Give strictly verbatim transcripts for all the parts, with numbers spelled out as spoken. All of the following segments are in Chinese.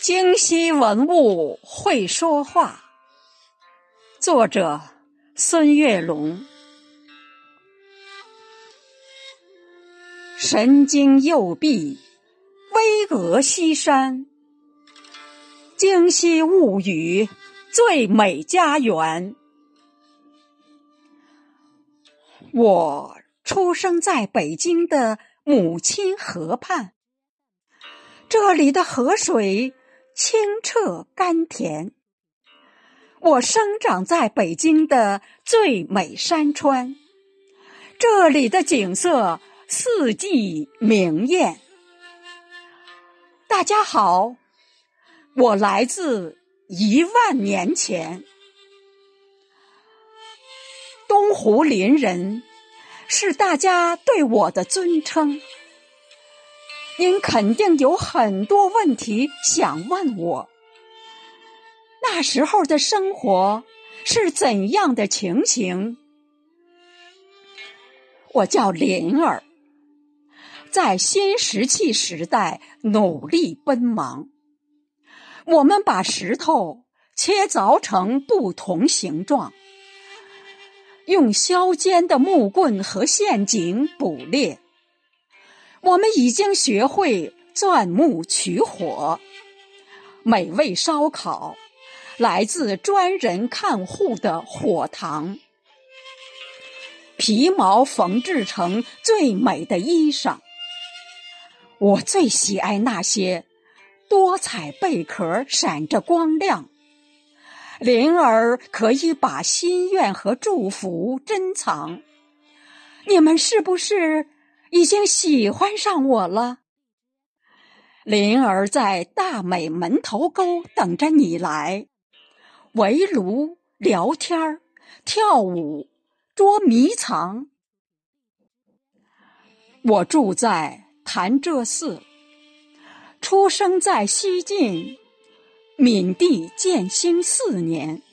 京西文物会说话，作者孙月龙。神经右臂，巍峨西山，京西物语，最美家园。我出生在北京的母亲河畔，这里的河水清澈甘甜。我生长在北京的最美山川，这里的景色四季明艳。大家好，我来自一万年前。东湖林人是大家对我的尊称。您肯定有很多问题想问我，那时候的生活是怎样的情形？我叫林儿，在新石器时代努力奔忙。我们把石头切凿成不同形状，用削尖的木棍和陷阱捕猎。我们已经学会钻木取火，美味烧烤来自专人看护的火塘，皮毛缝制成最美的衣裳。我最喜爱那些多彩贝壳闪着光亮，灵儿可以把心愿和祝福珍藏。你们是不是已经喜欢上我了？灵儿在大美门头沟等着你来，围炉聊天跳舞捉迷藏。我住在潭柘寺，出生在西晋闵帝建兴四年。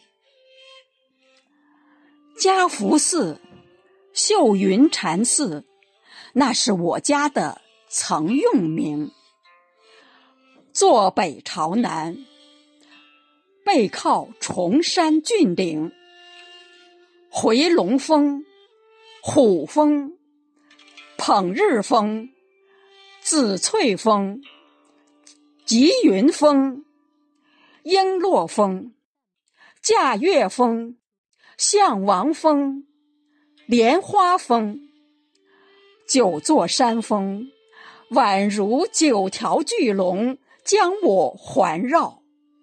嘉福寺、秀云禅寺，那是我家的曾用名。坐北朝南，背靠崇山峻岭，回龙峰、虎峰、捧日峰、紫翠峰、吉云峰、璎珞峰、驾月峰、象王峰、莲花峰，九座山峰宛如九条巨龙将我环绕。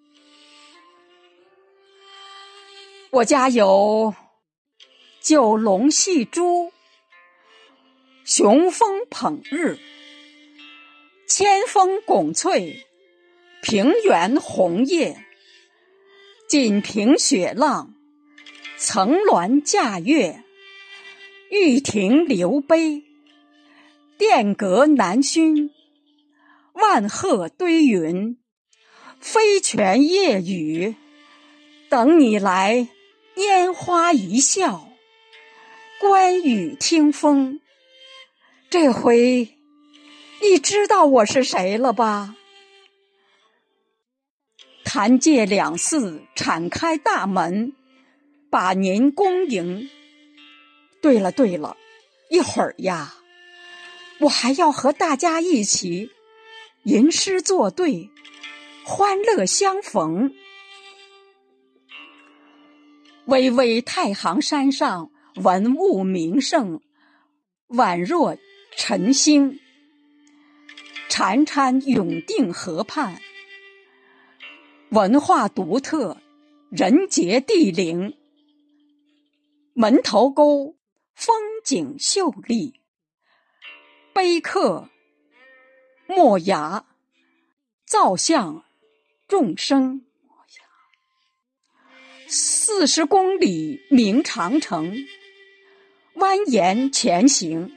我家有九龙戏珠、雄风捧日、千峰拱翠、平原红叶、锦屏雪浪、层峦驾月、玉亭流杯、殿阁南熏、万壑堆云、飞泉夜雨，等你来拈花一笑，观雨听风。这回你知道我是谁了吧？潭柘两寺敞开大门，把您恭迎。对了对了，一会儿呀，我还要和大家一起吟诗作对，欢乐相逢。巍巍太行山上文物名胜，宛若晨星。潺潺永定河畔，文化独特，人杰地灵。门头沟风景秀丽，碑刻、墨崖、造像、众生。四十公里明长城，蜿蜒前行。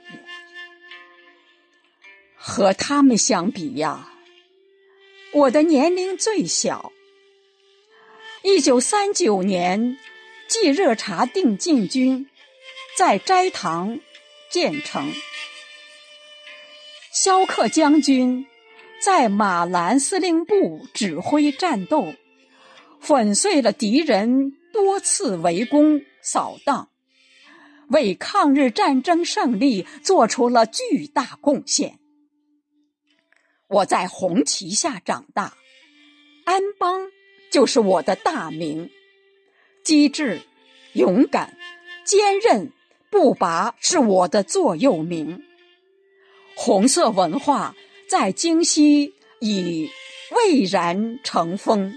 和他们相比呀，我的年龄最小。一九三九年，冀热察定晋军在斋堂建成，萧克将军在马兰司令部指挥战斗，粉碎了敌人多次围攻扫荡，为抗日战争胜利做出了巨大贡献。我在红旗下长大，安邦就是我的大名。机智、勇敢、坚韧、不拔是我的座右铭。红色文化在京西已蔚然成风。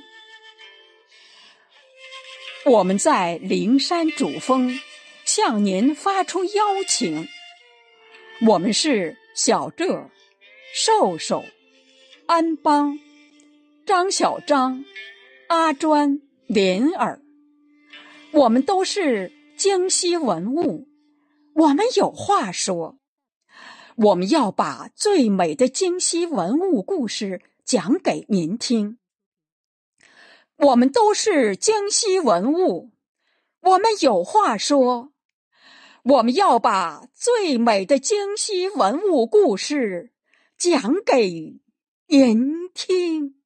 我们在灵山主峰向您发出邀请。我们是小浙、瘦瘦、安邦、张小张、阿专、林儿，我们都是京西文物，我们有话说。我们要把最美的京西文物故事讲给您听。我们都是京西文物，我们有话说。我们要把最美的京西文物故事讲给您听。